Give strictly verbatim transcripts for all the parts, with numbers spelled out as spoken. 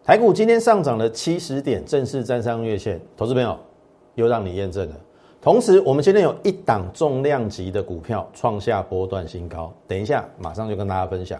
台股今天上涨了七十点，正式站上月线，投资朋友又让你验证了。同时，我们今天有一档重量级的股票创下波段新高，等一下马上就跟大家分享。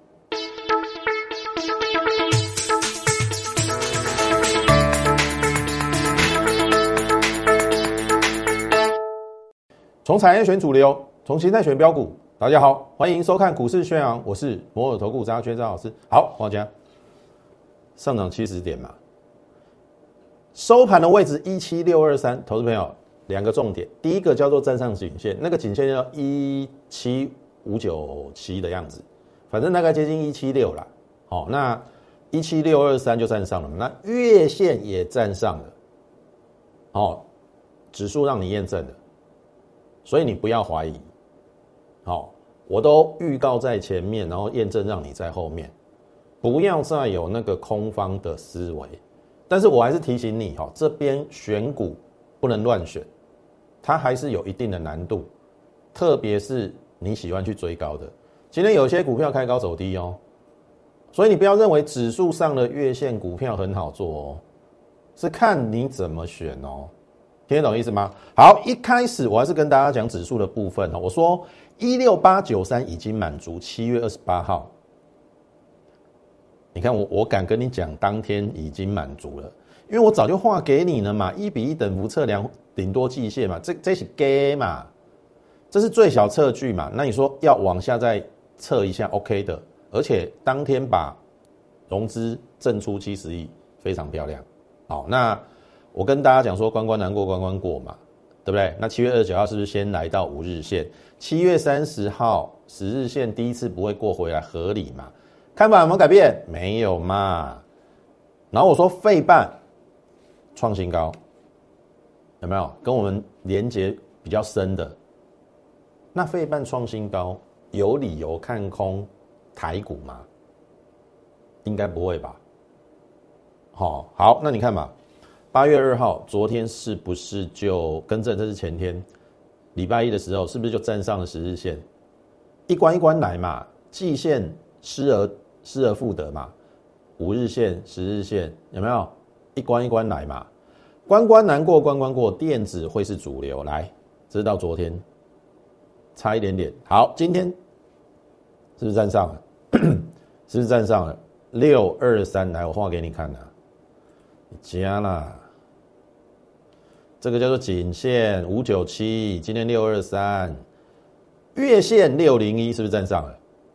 从产业选主流，从形态选标股。大家好，欢迎收看股市宣扬，我是摩尔投顾张轩张老师。好，大家上涨七十点嘛，收盘的位置一七六二三，投资朋友两个重点，第一个叫做站上颈线，那个颈线叫一七五九七的样子，反正大概接近一七六啦。好，那一七六二三就站上了，那月线也站上了，好，指数让你验证了，所以你不要怀疑。好，我都预告在前面，然后验证让你在后面，不要再有那个空方的思维。但是我还是提醒你，这边选股不能乱选，它还是有一定的难度，特别是你喜欢去追高的。今天有些股票开高走低哦，所以你不要认为指数上的月线股票很好做哦，是看你怎么选哦。听得懂意思吗？好，一开始我还是跟大家讲指数的部分哦。我说一六八九三已经满足，七月二十八号，你看我我敢跟你讲，当天已经满足了，因为我早就画给你了嘛，一比一等幅测量顶多季线嘛，这这是 gay 嘛，这是最小测距嘛。那你说要往下再测一下 ，OK 的，而且当天把融资挣出七十亿，非常漂亮。好，那我跟大家讲说，关关难过关关过嘛，对不对？那七月二十九号是不是先来到五日线？七月三十号十日线第一次不会过回来，合理嘛？看法有没有改变？没有嘛。然后我说费半创新高，有没有跟我们连结比较深的？那费半创新高，有理由看空台股吗？应该不会吧？好，好，那你看嘛。八月二号，昨天是不是就更正？这是前天，礼拜一的时候，是不是就站上了十日线？一关一关来嘛，季线失而失而复得嘛，五日线、十日线有没有？一关一关来嘛，关关难过关关过，电子会是主流。来，这是到昨天，差一点点。好，今天是不是站上了？是不是站上了？六二三，来，我画给你看啊。加啦，这个叫做颈线五九七，今天六二三，月线六零一，是不是站上了？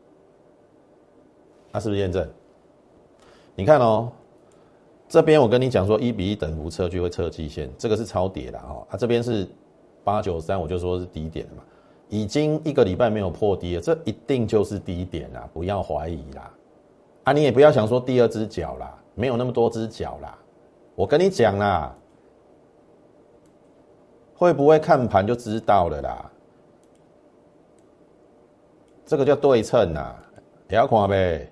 那、啊、是不是验证？你看哦，这边我跟你讲说一比一等幅测距会测季线，这个是超跌的哦。啊，这边是八九三，我就说是低点了嘛，已经一个礼拜没有破低了，这一定就是低点啦，不要怀疑啦。啊，你也不要想说第二只脚啦，没有那么多只脚啦。我跟你讲啦，会不会看盘就知道了啦。这个叫对称啦，也要看呗。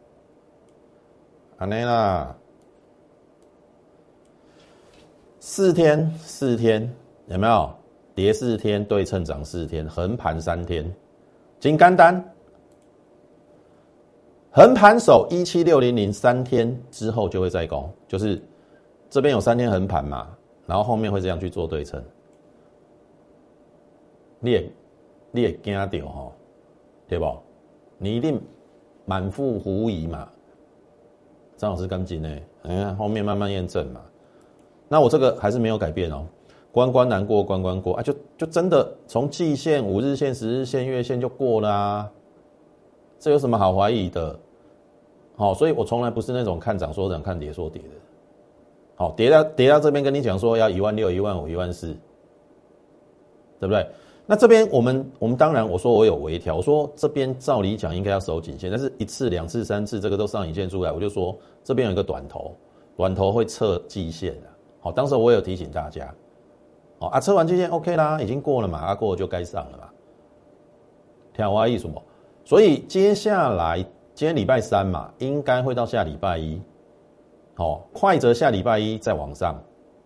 安尼啦，四天四天有没有？跌四天，对称涨四天，横盘三天，真简单。横盘守一七六零零，三天之后就会再攻，就是。这边有三天横盘嘛，然后后面会这样去做对称，你也你也惊到吼，对不？你一定满腹狐疑嘛。张老师跟进呢，你看后面慢慢验证嘛。那我这个还是没有改变哦，关关难过关关过啊，就就真的从季线、五日线、十日线、月线就过了啊，这有什么好怀疑的？好、哦，所以我从来不是那种看涨说涨、看跌说跌的。好，跌到跌到这边跟你讲说要一万六、一万五、一万四，对不对？那这边我们我们当然我说我有微调，我说这边照理讲应该要守颈线，但是一次、两次、三次这个都上影线出来，我就说这边有一个短头，短头会测季线的。好，当时我有提醒大家，好啊，测完季线 OK 啦，已经过了嘛，啊过了就该上了嘛。听我意思吗？所以接下来今天礼拜三嘛，应该会到下礼拜一。哦，快则下礼拜一再往上。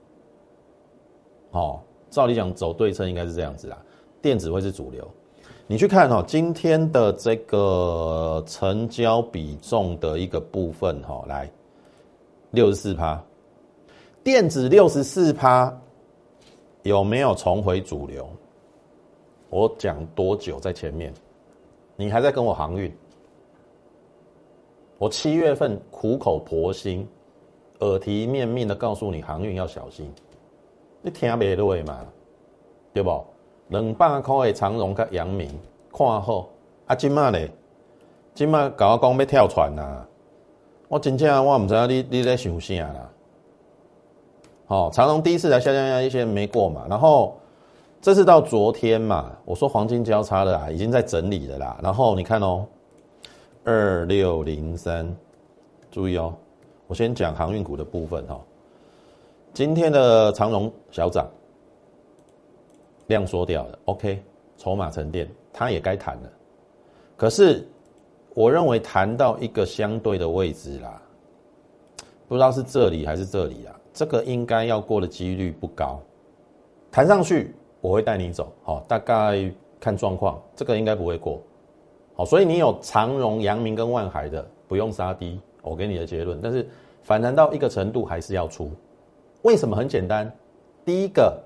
哦，照理讲走对称应该是这样子啦，电子会是主流。你去看哦，今天的这个成交比重的一个部分哈、哦，来， 六十四趴，电子六十四趴，有没有重回主流？我讲多久在前面，你还在跟我航运？我七月份苦口婆心、耳提面命的告诉你，航运要小心，你听不落嘛？对不？两百块的长荣跟阳明，看好啊！今麦咧，今麦跟我讲要跳船啊！我真正我唔知道你你在想啥啦。好、哦，长荣第一次来下降压一线没过嘛，然后这是到昨天嘛，我说黄金交叉了啦，已经在整理了啦。然后你看哦。二六零三，注意哦，我先讲航运股的部分哈、哦。今天的长荣小涨，量缩掉了 ，OK， 筹码沉淀，它也该弹了。可是我认为弹到一个相对的位置啦，不知道是这里还是这里啊，这个应该要过的几率不高。弹上去我会带你走，好、哦，大概看状况，这个应该不会过。好，所以你有长荣、阳明跟万海的，不用杀低，我给你的结论。但是反弹到一个程度还是要出，为什么？很简单，第一个，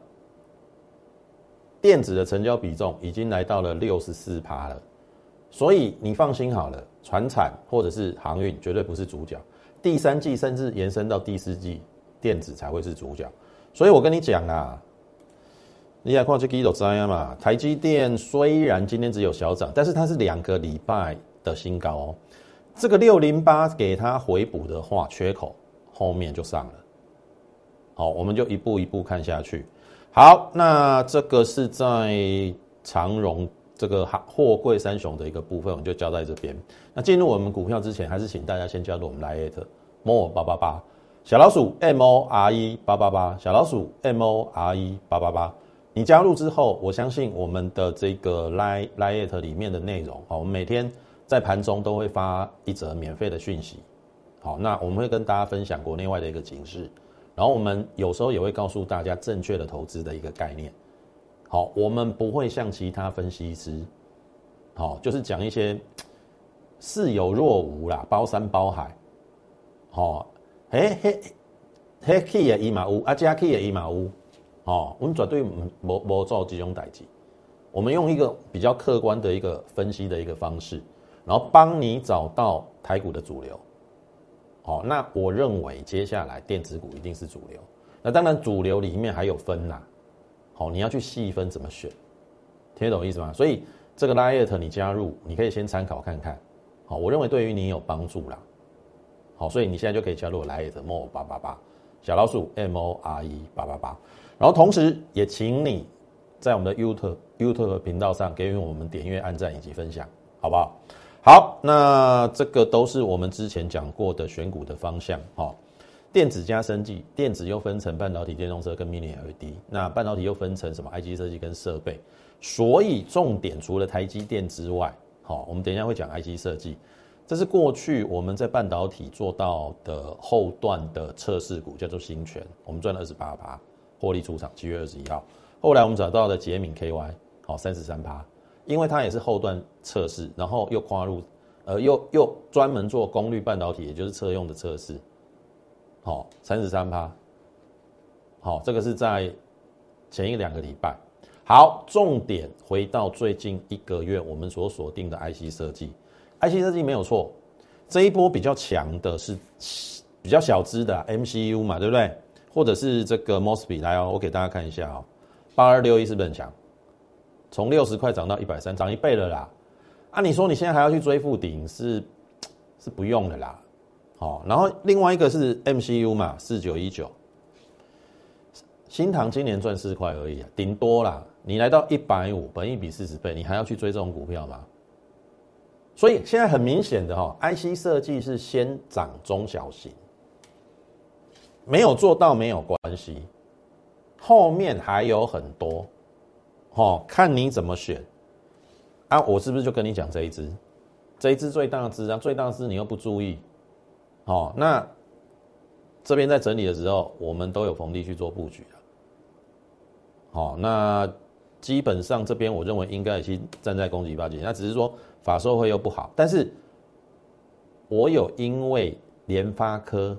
电子的成交比重已经来到了六十四趴了，所以你放心好了，传产或者是航运绝对不是主角。第三季甚至延伸到第四季，电子才会是主角。所以我跟你讲啊。你来看这个就知道嘛，台积电虽然今天只有小涨，但是它是两个礼拜的新高哦。这个六零八给它回补的话，缺口后面就上了。好，我们就一步一步看下去。好，那这个是在长荣这个货柜三雄的一个部分，我们就交在这边。那进入我们股票之前，还是请大家先加入我们 Line more 八八八小老鼠 M O R E 八八八小老鼠 M O R E 八八八。你加入之后，我相信我们的这个 Line Line 里面的内容，好，我们每天在盘中都会发一则免费的讯息，好，那我们会跟大家分享国内外的一个警示，然后我们有时候也会告诉大家正确的投资的一个概念，好，我们不会像其他分析师，好，就是讲一些似有若无啦，包山包海，好，嘿嘿嘿去的伊嘛有，啊这去的伊嘛有。哦，我们绝对没没做这种代志，我们用一个比较客观的一个分析的一个方式，然后帮你找到台股的主流。好、哦，那我认为接下来电子股一定是主流。那当然主流里面还有分啦，好、哦，你要去细分怎么选，听得懂意思吗？所以这个 Line 你加入，你可以先参考看看。好、哦，我认为对于你有帮助啦。好、哦，所以你现在就可以加入 Line more 八八八小老鼠 M O R E 八八八。然后同时也请你在我们的 YouTube YouTube 频道上给予我们点阅、按赞以及分享，好不好？好，那这个都是我们之前讲过的选股的方向，哈。电子加生技，电子又分成半导体、电动车跟 Mini L E D， 那半导体又分成什么 I C 设计跟设备，所以重点除了台积电之外，好，我们等一下会讲 I C 设计，这是过去我们在半导体做到的后段的测试股，叫做新权，我们赚了 百分之二十八。获利出场，七月二十一号。后来我们找到的捷敏 K Y， 好 百分之三十三， 因为它也是后段测试，然后又跨入，呃，又又专门做功率半导体，也就是车用的测试，好 百分之三十三， 好，这个是在前一两个礼拜。好，重点回到最近一个月我们所锁定的 I C 设计 ，I C 设计没有错，这一波比较强的是比较小支的、啊、M C U 嘛，对不对？或者是这个 M O S F E T 来哦，我给大家看一下哦，八二六一是不是很强？从六十块涨到一百三十，涨一倍了啦！啊，你说你现在还要去追附顶是是不用的啦。好、哦，然后另外一个是 M C U 嘛，四九一九，新唐今年赚四块而已啊，顶多啦。你来到一百五，本益比四十倍，你还要去追这种股票吗？所以现在很明显的哈、哦、，I C 设计是先涨中小型。没有做到没有关系，后面还有很多，哦，看你怎么选啊！我是不是就跟你讲这一支，这一支最大支啊，最大支你又不注意，哦，那这边在整理的时候，我们都有逢低去做布局了，好、哦，那基本上这边我认为应该已经站在攻击八级，那只是说法说会又不好，但是我有因为联发科。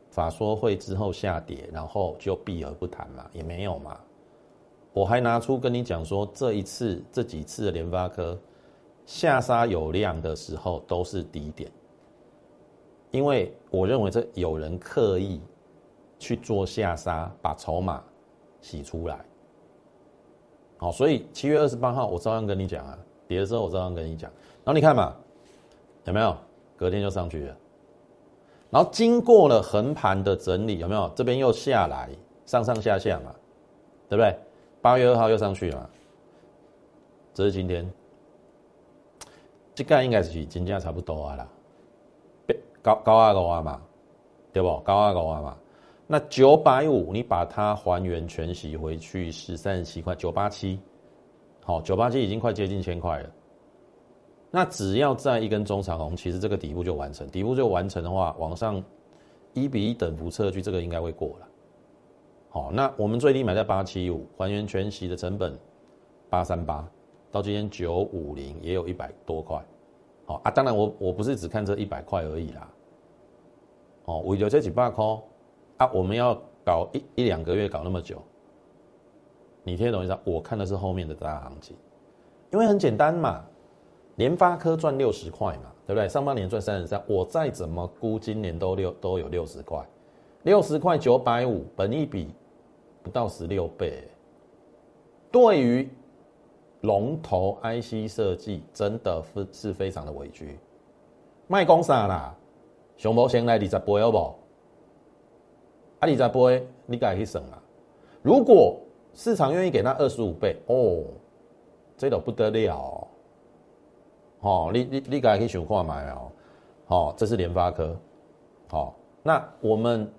法说会之后下跌，然后就避而不谈嘛？也没有嘛。我还拿出跟你讲说，这一次这几次的联发科下杀有量的时候都是低点，因为我认为这有人刻意去做下杀，把筹码洗出来。好，所以七月二十八号我照样跟你讲啊，跌的时候我照样跟你讲。然后你看嘛，有没有？隔天就上去了。然后经过了横盘的整理，有没有？这边又下来，上上下下嘛，对不对？八月二号又上去了嘛，这是今天，这个应该是金价差不多啊啦，高高啊高啊嘛，对不？高啊高啊嘛。那九百五，你把它还原全息回去是三十七块，九八七，好，九八七已经快接近千块了。那只要在一根中长红，其实这个底部就完成，底部就完成的话，往上一比一等幅测距，这个应该会过了。好，那我们最低买在八七五，还原全息的成本八三八，到今天九五零也有一百多块。好啊，当然我我不是只看这一百块而已啦。哦，为了这几百块啊，我们要搞一一两个月，搞那么久，你听得懂意思？我看的是后面的大行情，因为很简单嘛。联发科赚六十块嘛，对不对？上半年赚三十三，我再怎么估，今年都六都有六十块，六十块九百五，本益比不到十六倍。对于龙头 I C 设计，真的是非常的委屈。卖讲啥啦？上无先来二十倍好不好？啊，二十倍你自己去算啦。如果市场愿意给他二十五倍，哦，这都不得了哦。哦，你你你自己去想看卖哦，哦，这是联发科，好、哦，那我们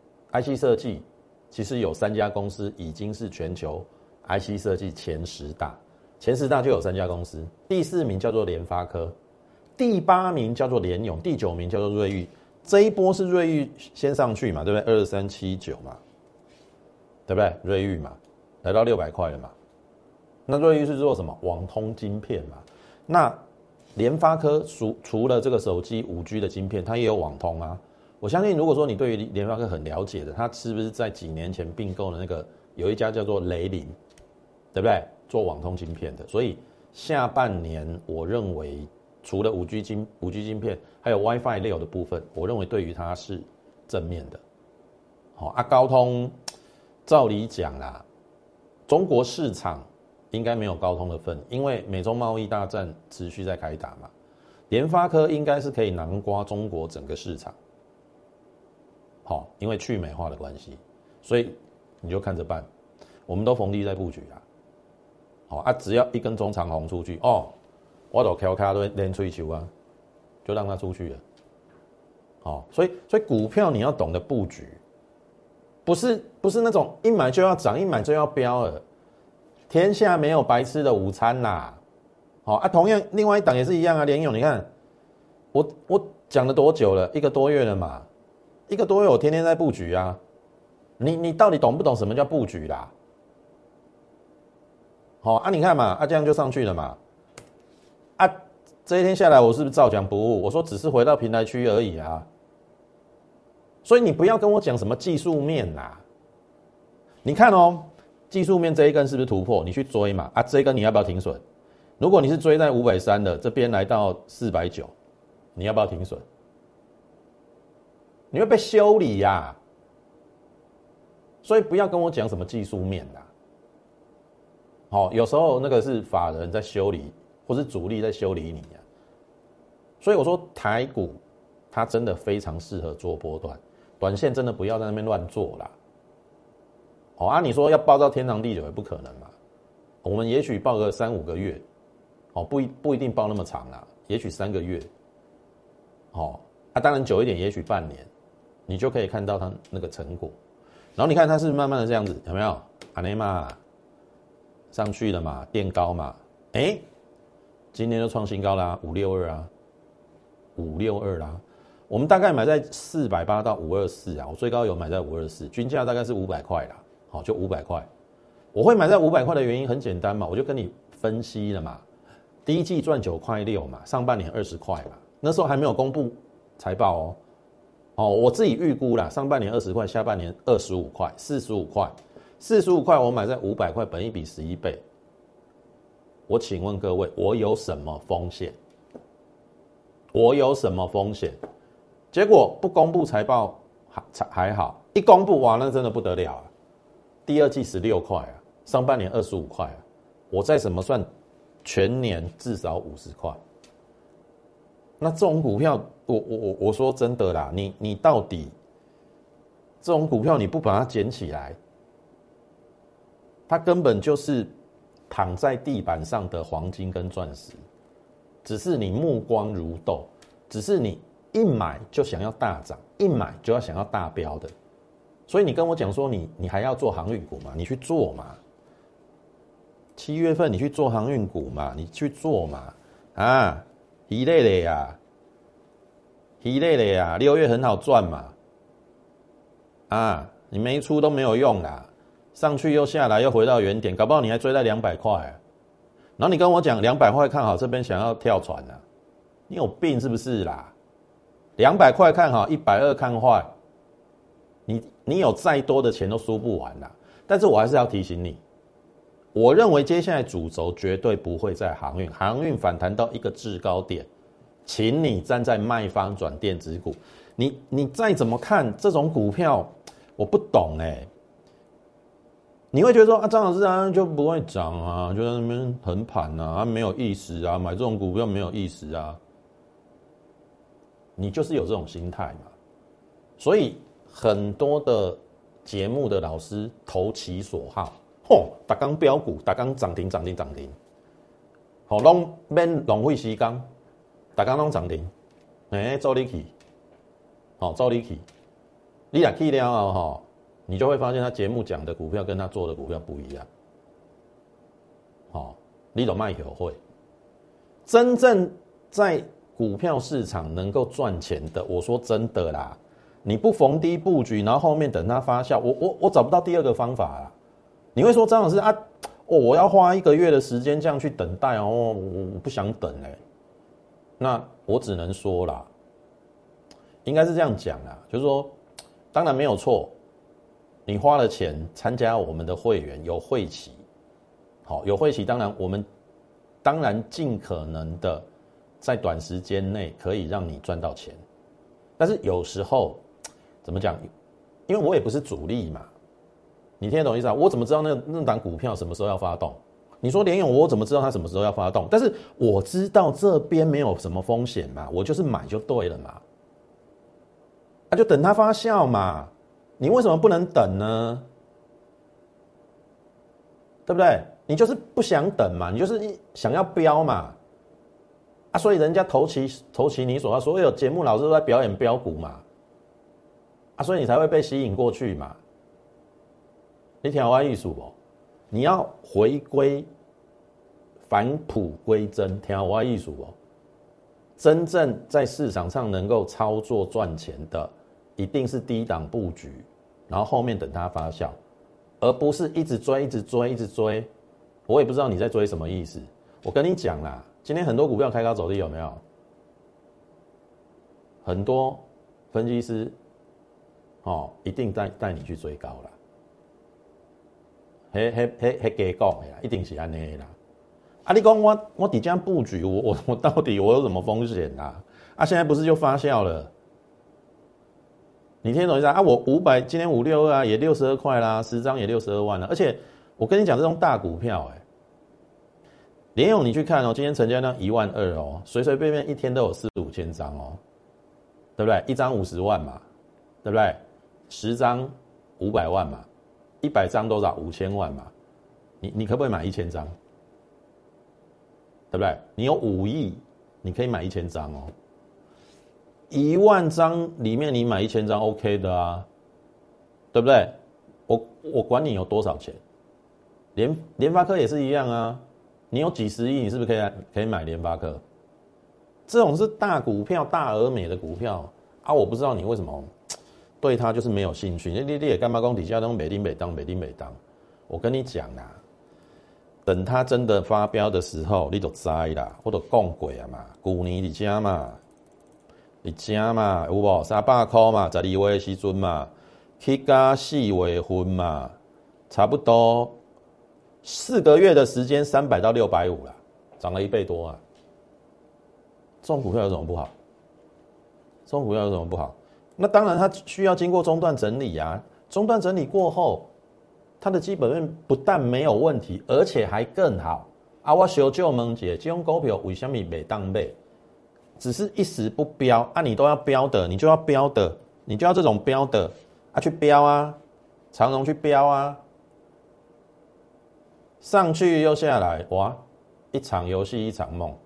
I C 设计其实有三家公司已经是全球 I C 设计前十大，前十大就有三家公司，第四名叫做联发科，第八名叫做联咏，第九名叫做瑞昱。这一波是瑞昱先上去嘛，对不对？二三七九嘛，对不对？瑞昱嘛，来到六百块了嘛。那瑞昱是做什么？网通晶片嘛。那联发科除除了这个手机 五 G 的晶片，它也有网通啊。我相信，如果说你对于联发科很了解的，它是不是在几年前并购的那个有一家叫做雷凌，对不对？做网通晶片的。所以下半年，我认为除了 五 G 晶 五 G 晶片，还有 WiFi 六的部分，我认为对于它是正面的。好啊，高通照理讲啦，中国市场应该没有高通的份，因为美中贸易大战持续在开打嘛。联发科应该是可以囊括中国整个市场，好，因为去美化的关系，所以你就看着办。我们都逢低在布局啊，好啊，只要一根中长红出去，哦，我都敲卡都连吹球啊，就让它出去了。好，所以所以股票你要懂得布局，不是不是那种一买就要涨，一买就要飙了。天下没有白吃的午餐啦，好啊，同样另外一档也是一样啊，联咏，你看我我讲了多久了？一个多月了嘛，一个多月我天天在布局啊，你你到底懂不懂什么叫布局啦？好啊，你看嘛，啊这样就上去了嘛，啊这一天下来我是不是照讲不误？我说只是回到平台区而已啊，所以你不要跟我讲什么技术面啦，你看哦。技术面这一根是不是突破？你去追嘛？啊，这一根你要不要停损？如果你是追在五百三的，这边来到四百九，你要不要停损？你会被修理呀、啊！所以不要跟我讲什么技术面啦。好、哦，有时候那个是法人在修理，或是主力在修理你啊。所以我说台股它真的非常适合做波段，短线真的不要在那边乱做啦。哦啊，你说要抱到天长地久也不可能嘛。我们也许抱个三五个月，哦不一不一定抱那么长啦，也许三个月，哦啊当然久一点，也许半年，你就可以看到它那个成果。然后你看它是慢慢的这样子，有没有？阿内嘛上去了嘛，垫高嘛，哎、欸，今天就创新高啦，五六二啊，五六二啦。我们大概买在四百八到五二四啊，我最高有买在五二四，均价大概是五百块啦。好，就五百块。我会买在五百块的原因很简单嘛，我就跟你分析了嘛。第一季赚九块六嘛，上半年二十块嘛，那时候还没有公布财报哦。 哦，我自己预估啦，上半年二十块，下半年二十五块，四十五块，四十五块我买在五百块，本益比十一倍。我请问各位，我有什么风险？我有什么风险？结果不公布财报还还好，一公布哇，那真的不得了啊！第二季十六块啊，上半年二十五块啊，我再怎么算，全年至少五十块。那这种股票，我我我我说真的啦，你你到底这种股票你不把它捡起来，它根本就是躺在地板上的黄金跟钻石，只是你目光如豆，只是你一买就想要大涨，一买就要想要大飙的，所以你跟我讲说你你还要做航运股嘛，你去做嘛，七月份你去做航运股嘛，你去做嘛，啊。一类的呀，一类的呀，六月很好赚嘛，啊，你没出都没有用啦，上去又下来又回到原点，搞不好你还追在两百块，然后你跟我讲两百块看好，这边想要跳船啊，你有病是不是啦？两百块看好，一百二看坏，你你有再多的钱都输不完啦。但是我还是要提醒你。我认为接下来主轴绝对不会在航运，航运反弹到一个制高点，请你站在卖方转电子股。你你再怎么看这种股票，我不懂哎、欸。你会觉得说啊，张老师啊就不会涨啊，就在那边横盘啊，啊没有意思啊，买这种股票没有意思啊。你就是有这种心态嘛，所以很多的节目的老师投其所好。吼，逐天标股，逐天涨停涨停涨停，吼，拢免浪费时间，逐天拢涨停，哎、欸，做你去，好，做你去，你若去了后吼，你就会发现他节目讲的股票跟他做的股票不一样，好，你都卖学会，真正在股票市场能够赚钱的，我说真的啦，你不逢低布局，然后后面等它发酵，我我我找不到第二个方法啦。你会说张老师啊，哦，我要花一个月的时间这样去等待哦，我我不想等哎、欸。那我只能说啦，应该是这样讲啦，就是说，当然没有错，你花了钱参加我们的会员有会期，好有会期，当然我们当然尽可能的在短时间内可以让你赚到钱，但是有时候怎么讲？因为我也不是主力嘛。你听得懂意思啊？我怎么知道那那档股票什么时候要发动？你说联咏，我怎么知道它什么时候要发动？但是我知道这边没有什么风险嘛，我就是买就对了嘛。那、啊、就等它发酵嘛。你为什么不能等呢？对不对？你就是不想等嘛，你就是想要飙嘛。啊，所以人家投其投其你所好，所有节目老师都在表演飙股嘛。啊，所以你才会被吸引过去嘛。你听我意思不？你要回归返璞归真，听我意思不？真正在市场上能够操作赚钱的，一定是低档布局，然后后面等它发酵，而不是一直追、一直追、一直追。我也不知道你在追什么意思。我跟你讲啦，今天很多股票开高走低，有没有？很多分析师，哦，一定带带你去追高啦。迄、迄、迄、迄假讲的啦，一定是安尼啦。啊，你讲我我底这样布局，我我我到底我有什么风险啦？啊，现在不是就发酵了？你听懂意思啊？啊，我五百今天五六二啊，也六十二块啦，十张也六十二万了。而且我跟你讲，这种大股票、欸，哎，联咏你去看哦，今天成交量一万二哦，随随便便一天都有四五千张哦，对不对？一张五十万嘛，对不对？十张五百万嘛。一百张多少？五千万嘛，你你可不可以买一千张？对不对？你有五亿，你可以买一千张哦。一万张里面你买一千张 ，OK 的啊，对不对？我我管你有多少钱，联联发科也是一样啊。你有几十亿，你是不是可以可以买联发科？这种是大股票、大而美的股票啊，我不知道你为什么。对他就是没有兴趣，你你也干嘛讲底下都美丁美当美丁美当？我跟你讲啦，等他真的发飙的时候，你就知啦，我都讲过啊嘛，去年底家嘛， 一正嘛，有无三百块嘛，十二月的时阵嘛，去到四月份嘛，差不多四个月的时间，三百到六百五啦，涨了一倍多啊。这种股票有什么不好？这种股票有什么不好？那当然，它需要经过中段整理啊。中段整理过后，它的基本面不但没有问题，而且还更好啊！我小舅问姐，这种股票为什么没当买？只是一时不标啊，你都要标的，你就要标的，你就要这种标的啊，去标啊，长荣去标啊，上去又下来，哇，一场游戏一场梦。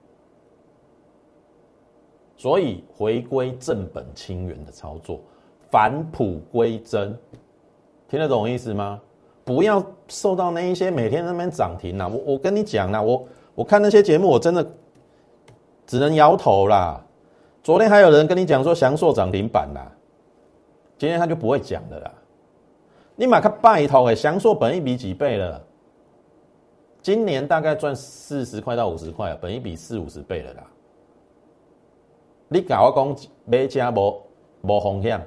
所以回归正本清源的操作，返璞归真，听得懂意思吗？不要受到那一些每天在那边涨停啦。我我跟你讲啦，我我看那些节目，我真的只能摇头啦。昨天还有人跟你讲说翔硕涨停板啦，今天他就不会讲的啦。你马看拜托诶，翔硕本益比几倍了？今年大概赚四十块到五十块，本益比四五十倍了啦。你跟我讲买家无无风险，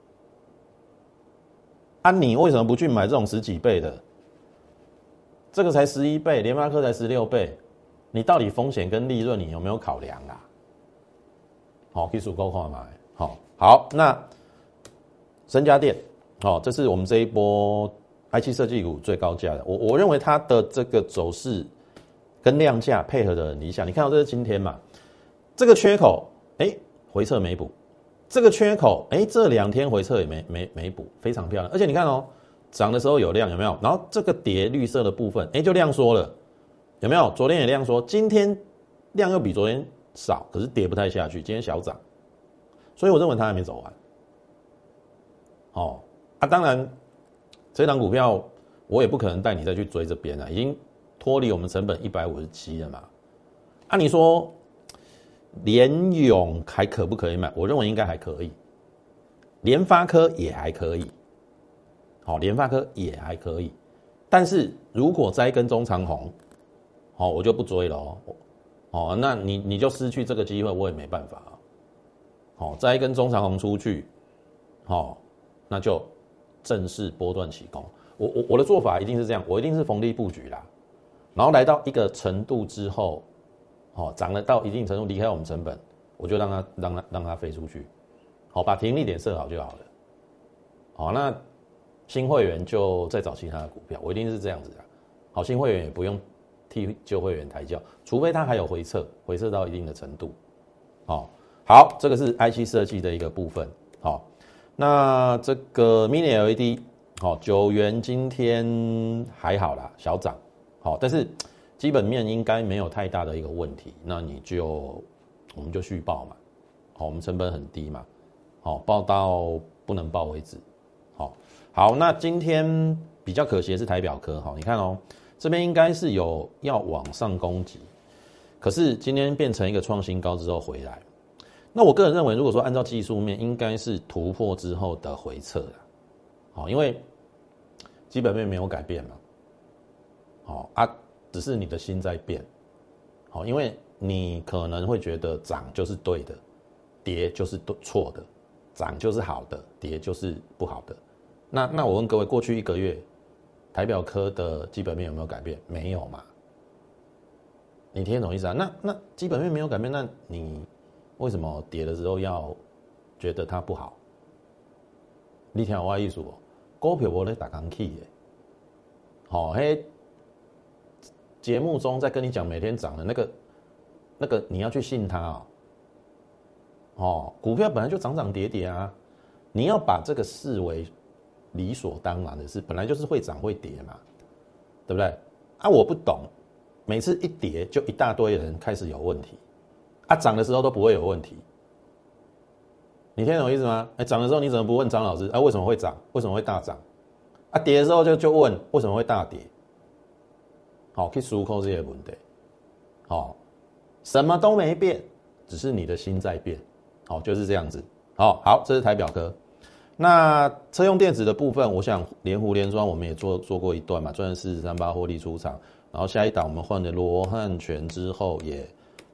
啊，你为什么不去买这种十几倍的？这个才十一倍，联发科才十六倍，你到底风险跟利润你有没有考量啊？好，技术够看嘛？好，好，那身家电，好，这是我们这一波 I C 设计股最高价的，我我认为它的这个走势跟量价配合的很理想。你看到这是今天嘛？这个缺口。哎，回撤没补，这个缺口，哎，这两天回撤也没没没补，非常漂亮。而且你看哦，涨的时候有量有没有？然后这个跌绿色的部分，哎，就量缩了，有没有？昨天也量缩，今天量又比昨天少，可是跌不太下去，今天小涨，所以我认为它还没走完。哦，啊，当然这档股票我也不可能带你再去追这边了，已经脱离我们成本一百五十七了嘛。按、啊、你说。联咏还可不可以买？我认为应该还可以。联发科也还可以，好，联发科也还可以。但是如果再跟中长红，好，我就不追了哦。哦，那你你就失去这个机会，我也没办法。好，再跟中长红出去，好，那就正式波段起攻。我我我的做法一定是这样，我一定是逢低布局啦，然后来到一个程度之后。哦，涨了到一定程度，离开我们成本，我就让它让它让它飞出去，好，把停利点设好就好了。好，那新会员就再找其他的股票，我一定是这样子的。好，新会员也不用替旧会员抬轿，除非它还有回撤，回撤到一定的程度。好，好，这个是 I C 设计的一个部分。好，那这个 Mini L E D， 好，九元今天还好啦，小涨。好，但是。基本面应该没有太大的一个问题，那你就我们就续报嘛，好，我们成本很低嘛，好，报到不能报为止，好，好，那今天比较可惜的是台表科，好，你看哦，这边应该是有要往上攻击，可是今天变成一个创新高之后回来，那我个人认为，如果说按照技术面，应该是突破之后的回撤啦，好，因为基本面没有改变嘛，好啊。只是你的心在变，好，因为你可能会觉得涨就是对的，跌就是错的，涨就是好的，跌就是不好的。那那我问各位，过去一个月，台表科的基本面有没有改变？没有嘛？你听得懂意思啊？那那基本面没有改变，那你为什么跌的时候要觉得它不好？你听我的意思哦，股票我在打工起的，好嘿。节目中在跟你讲每天涨的那个，那个你要去信它哦。哦，股票本来就涨涨跌跌啊，你要把这个视为理所当然的事，本来就是会涨会跌嘛，对不对？啊，我不懂，每次一跌就一大堆人开始有问题，啊，涨的时候都不会有问题，你听懂意思吗？哎，涨的时候你怎么不问张老师？啊，为什么会涨？为什么会大涨？啊，跌的时候就就问为什么会大跌？好，去思考这些问题。好，什么都没变，只是你的心在变。好，就是这样子。好，好，这是台表科。那车用电子的部分，我想连湖联双我们也做做过一段嘛，赚四十三八获利出场。然后下一档我们换了罗汉拳之后，也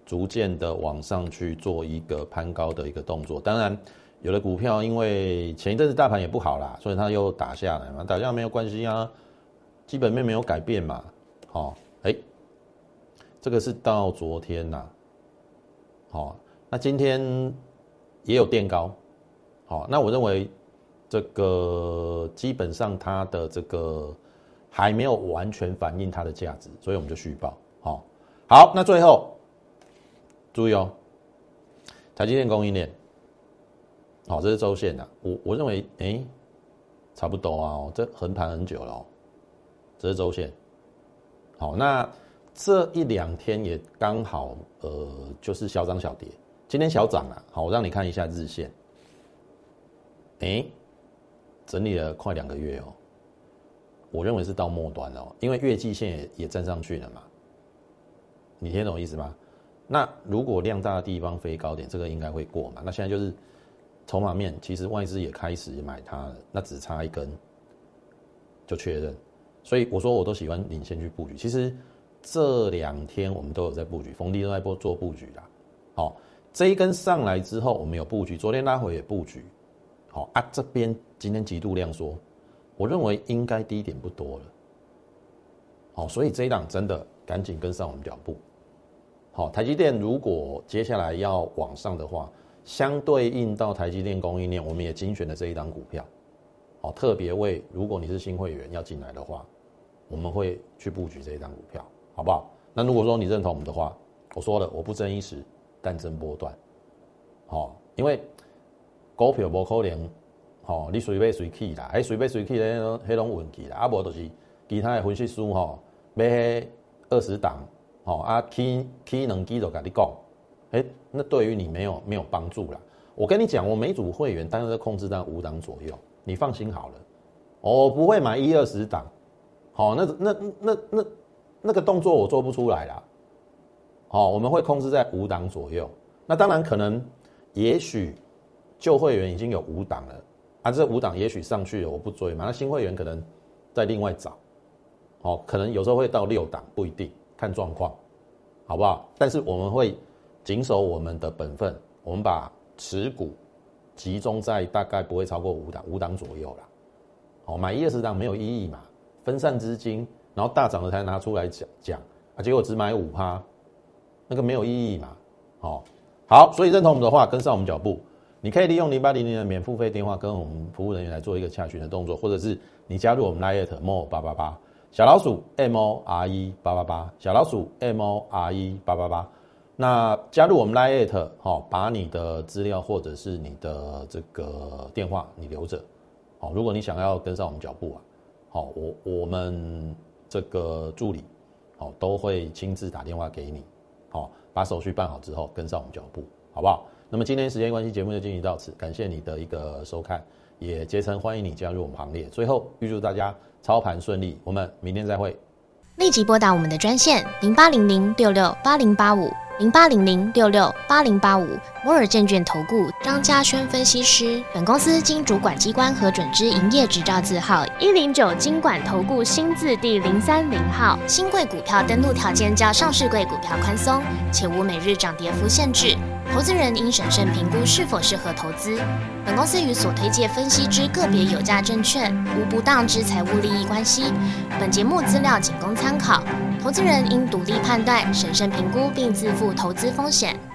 逐渐的往上去做一个攀高的一个动作。当然，有的股票因为前一阵子大盘也不好啦，所以它又打下来嘛，打下来没有关系啊，基本面没有改变嘛。好、哦，哎、欸，这个是到昨天呐、啊，好、哦，那今天也有垫高，好、哦，那我认为这个基本上它的这个还没有完全反映它的价值，所以我们就续报。好、哦，好，那最后注意哦，台积电供应链。好，这是周线啊，我我认为，哎、欸，差不多啊，哦，这横盘很久了哦，这是周线。好，那这一两天也刚好，呃，就是小涨小跌，今天小涨了。好，我让你看一下日线，哎、欸，整理了快两个月哦，我认为是到末端了哦，因为月季线也也站上去了嘛，你听懂意思吗？那如果量大的地方飞高点，这个应该会过嘛，那现在就是。筹码面其实外资也开始买它了，那只差一根就确认，所以我说我都喜欢领先去布局。其实这两天我们都有在布局，逢低都在做布局啦。好、哦，这一根上来之后，我们有布局，昨天拉回也布局。好、哦、啊，这边今天极度量缩，我认为应该低点不多了。好、哦，所以这一档真的赶紧跟上我们脚步。好、哦，台积电如果接下来要往上的话。相对应到台积电供应链，我们也精选了这一档股票，好，特别为如果你是新会员要进来的话，我们会去布局这一档股票，好不好？那如果说你认同我们的话，我说了，我不争一时，但争波段，好，因为股票无可能，好，你随买随去啦，哎，随买随去咧，迄种运气啦，啊，无就是其他的分析师吼，买二十档，吼啊，起起两支就甲你讲。哎，那对于你没有没有帮助啦。我跟你讲，我每组会员大概在控制在五档左右，你放心好了，我不会买一二十档，好、哦，那那那那那个动作我做不出来啦。好、哦，我们会控制在五档左右。那当然可能，也许旧会员已经有五档了，啊，这五档也许上去了，我不追嘛。那新会员可能再另外找，哦，可能有时候会到六档，不一定，看状况，好不好？但是我们会。谨守我们的本分，我们把持股集中在大概不会超过五档，五档左右啦。哦，买一二十档没有意义嘛，分散资金，然后大涨了才拿出来讲讲啊，结果只买五趴，那个没有意义嘛。哦，好，所以认同我们的话，跟上我们脚步，你可以利用零八零零的免付费电话跟我们服务人员来做一个洽询的动作，或者是你加入我们 Line more 八八八小老鼠 M O R E 八八八小老鼠 M O R E 八八八。那加入我们 Line 齁，把你的资料或者是你的这个电话你留着，好，如果你想要跟上我们脚步啊，好，我我们这个助理，好，都会亲自打电话给你，好，把手续办好之后跟上我们脚步，好不好？那么今天时间关系，节目就进行到此，感谢你的一个收看，也竭诚欢迎你加入我们行列。最后预祝大家操盘顺利，我们明天再会。 立即拨打我们的专线零八零零六六八零八五零八零零六六八零八五摩尔证券投顾张嘉轩分析师。本公司经主管机关核准之营业执照字号一零九金管投顾新字第零三零号。新贵股票登录条件较上市贵股票宽松，且无每日涨跌幅限制。投资人应审慎评估是否适合投资。本公司与所推介分析之个别有价证券无不当之财务利益关系。本节目资料仅供参考，投资人应独立判断、审慎评估并自负投资风险。